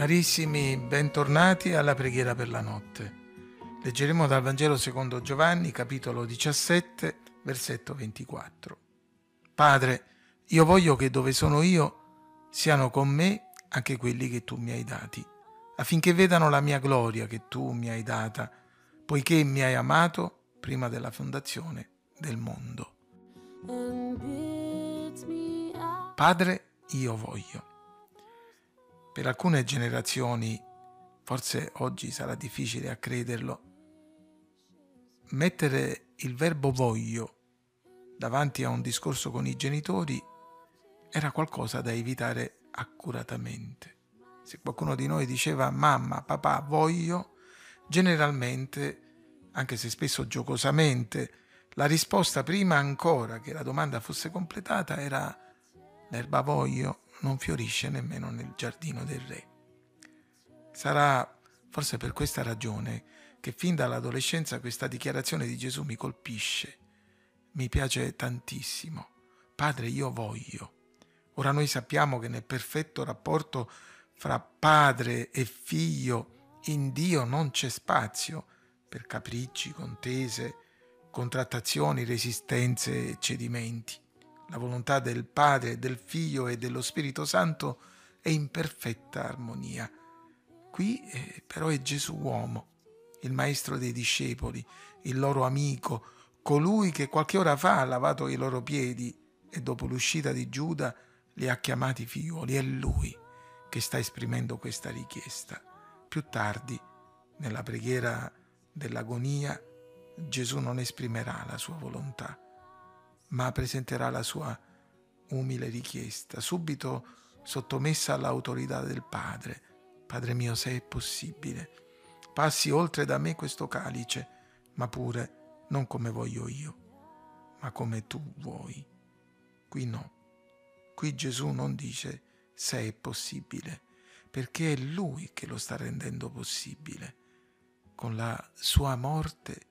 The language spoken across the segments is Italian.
Carissimi, bentornati alla preghiera per la notte. Leggeremo dal Vangelo secondo Giovanni, capitolo 17, versetto 24. Padre, io voglio che dove sono io siano con me anche quelli che tu mi hai dati, affinché vedano la mia gloria che tu mi hai data, poiché mi hai amato prima della fondazione del mondo. Padre, io voglio. Per alcune generazioni, forse oggi sarà difficile a crederlo, mettere il verbo voglio davanti a un discorso con i genitori era qualcosa da evitare accuratamente. Se qualcuno di noi diceva mamma, papà, voglio, generalmente, anche se spesso giocosamente, la risposta prima ancora che la domanda fosse completata era l'erba voglio non fiorisce nemmeno nel giardino del re. Sarà forse per questa ragione che fin dall'adolescenza questa dichiarazione di Gesù mi colpisce, mi piace tantissimo. Padre, io voglio. Ora noi sappiamo che nel perfetto rapporto fra padre e figlio in Dio non c'è spazio per capricci, contese, contrattazioni, resistenze e cedimenti. La volontà del Padre, del Figlio e dello Spirito Santo è in perfetta armonia. Qui però è Gesù uomo, il maestro dei discepoli, il loro amico, colui che qualche ora fa ha lavato i loro piedi e dopo l'uscita di Giuda li ha chiamati figliuoli. È lui che sta esprimendo questa richiesta. Più tardi, nella preghiera dell'agonia, Gesù non esprimerà la sua volontà, ma presenterà la sua umile richiesta, subito sottomessa all'autorità del Padre. Padre mio, se è possibile, passi oltre da me questo calice, ma pure non come voglio io, ma come tu vuoi. Qui no. Qui Gesù non dice se è possibile, perché è Lui che lo sta rendendo possibile. Con la sua morte,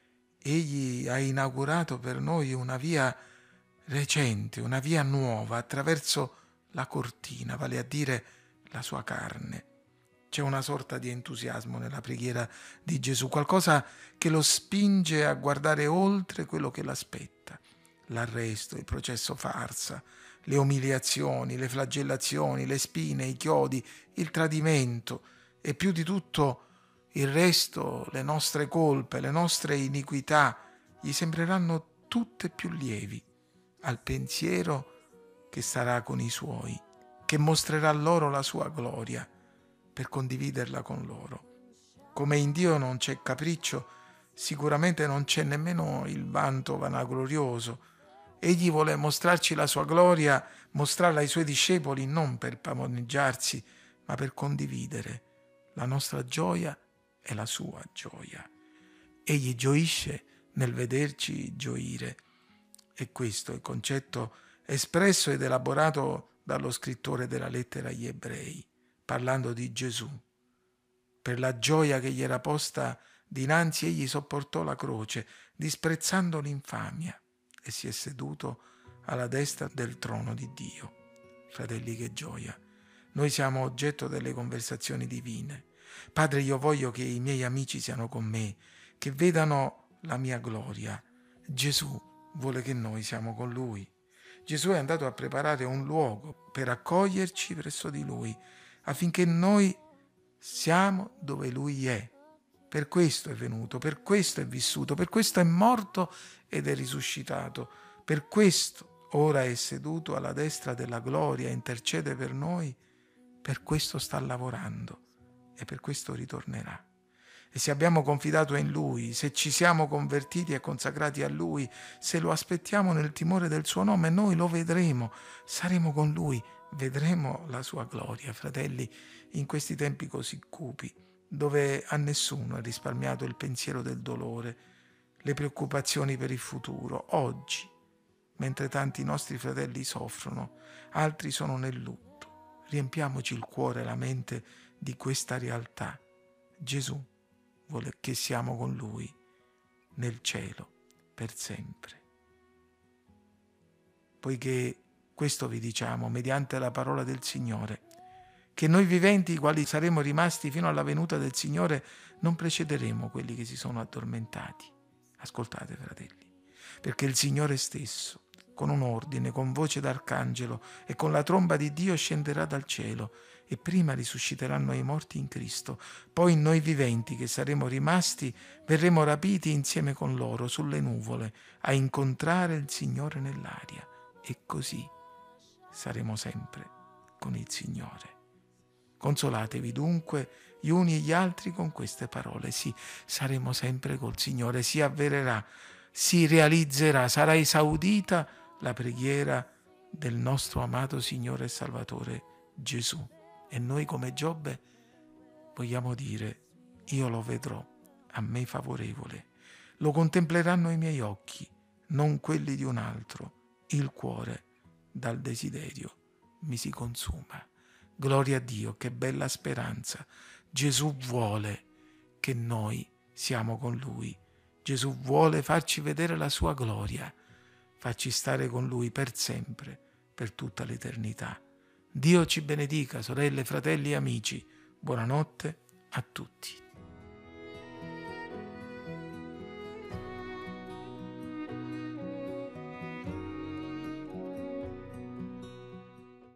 Egli ha inaugurato per noi una via recente, una via nuova, attraverso la cortina, vale a dire la sua carne. C'è una sorta di entusiasmo nella preghiera di Gesù, qualcosa che lo spinge a guardare oltre quello che l'aspetta. L'arresto, il processo farsa, le umiliazioni, le flagellazioni, le spine, i chiodi, il tradimento e più di tutto il resto, le nostre colpe, le nostre iniquità, gli sembreranno tutte più lievi al pensiero che sarà con i suoi, che mostrerà loro la sua gloria per condividerla con loro. Come in Dio non c'è capriccio, sicuramente non c'è nemmeno il vanto vanaglorioso. Egli vuole mostrarci la sua gloria, mostrarla ai suoi discepoli non per pavoneggiarsi, ma per condividere la nostra gioia e la sua gioia. Egli gioisce nel vederci gioire. E questo è il concetto espresso ed elaborato dallo scrittore della lettera agli Ebrei, parlando di Gesù. Per la gioia che gli era posta dinanzi, egli sopportò la croce, disprezzando l'infamia, e si è seduto alla destra del trono di Dio. Fratelli, che gioia! Noi siamo oggetto delle conversazioni divine. Padre, io voglio che i miei amici siano con me, che vedano la mia gloria. Gesù vuole che noi siamo con Lui. Gesù è andato a preparare un luogo per accoglierci presso di Lui, affinché noi siamo dove Lui è. Per questo è venuto, per questo è vissuto, per questo è morto ed è risuscitato. Per questo ora è seduto alla destra della gloria e intercede per noi. Per questo sta lavorando e per questo ritornerà. E se abbiamo confidato in Lui, se ci siamo convertiti e consacrati a Lui, se lo aspettiamo nel timore del suo nome, noi lo vedremo, saremo con Lui, vedremo la sua gloria, fratelli, in questi tempi così cupi, dove a nessuno è risparmiato il pensiero del dolore, le preoccupazioni per il futuro. Oggi, mentre tanti nostri fratelli soffrono, altri sono nel lutto, riempiamoci il cuore e la mente di questa realtà. Gesù vuole che siamo con Lui nel cielo per sempre. Poiché questo vi diciamo mediante la parola del Signore, che noi viventi, quali saremo rimasti fino alla venuta del Signore, non precederemo quelli che si sono addormentati. Ascoltate, fratelli, perché il Signore stesso, con un ordine, con voce d'arcangelo e con la tromba di Dio scenderà dal cielo, e prima risusciteranno i morti in Cristo, poi noi viventi che saremo rimasti verremo rapiti insieme con loro sulle nuvole a incontrare il Signore nell'aria, e così saremo sempre con il Signore. Consolatevi dunque gli uni e gli altri con queste parole. Sì, saremo sempre col Signore, si avvererà, si realizzerà, sarà esaudita la preghiera del nostro amato Signore e Salvatore Gesù. E noi come Giobbe vogliamo dire: io lo vedrò a me favorevole, lo contempleranno i miei occhi, non quelli di un altro. Il cuore dal desiderio mi si consuma. Gloria a Dio, che bella speranza. Gesù vuole che noi siamo con Lui. Gesù vuole farci vedere la sua gloria, farci stare con Lui per sempre, per tutta l'eternità. Dio ci benedica, sorelle, fratelli e amici. Buonanotte a tutti.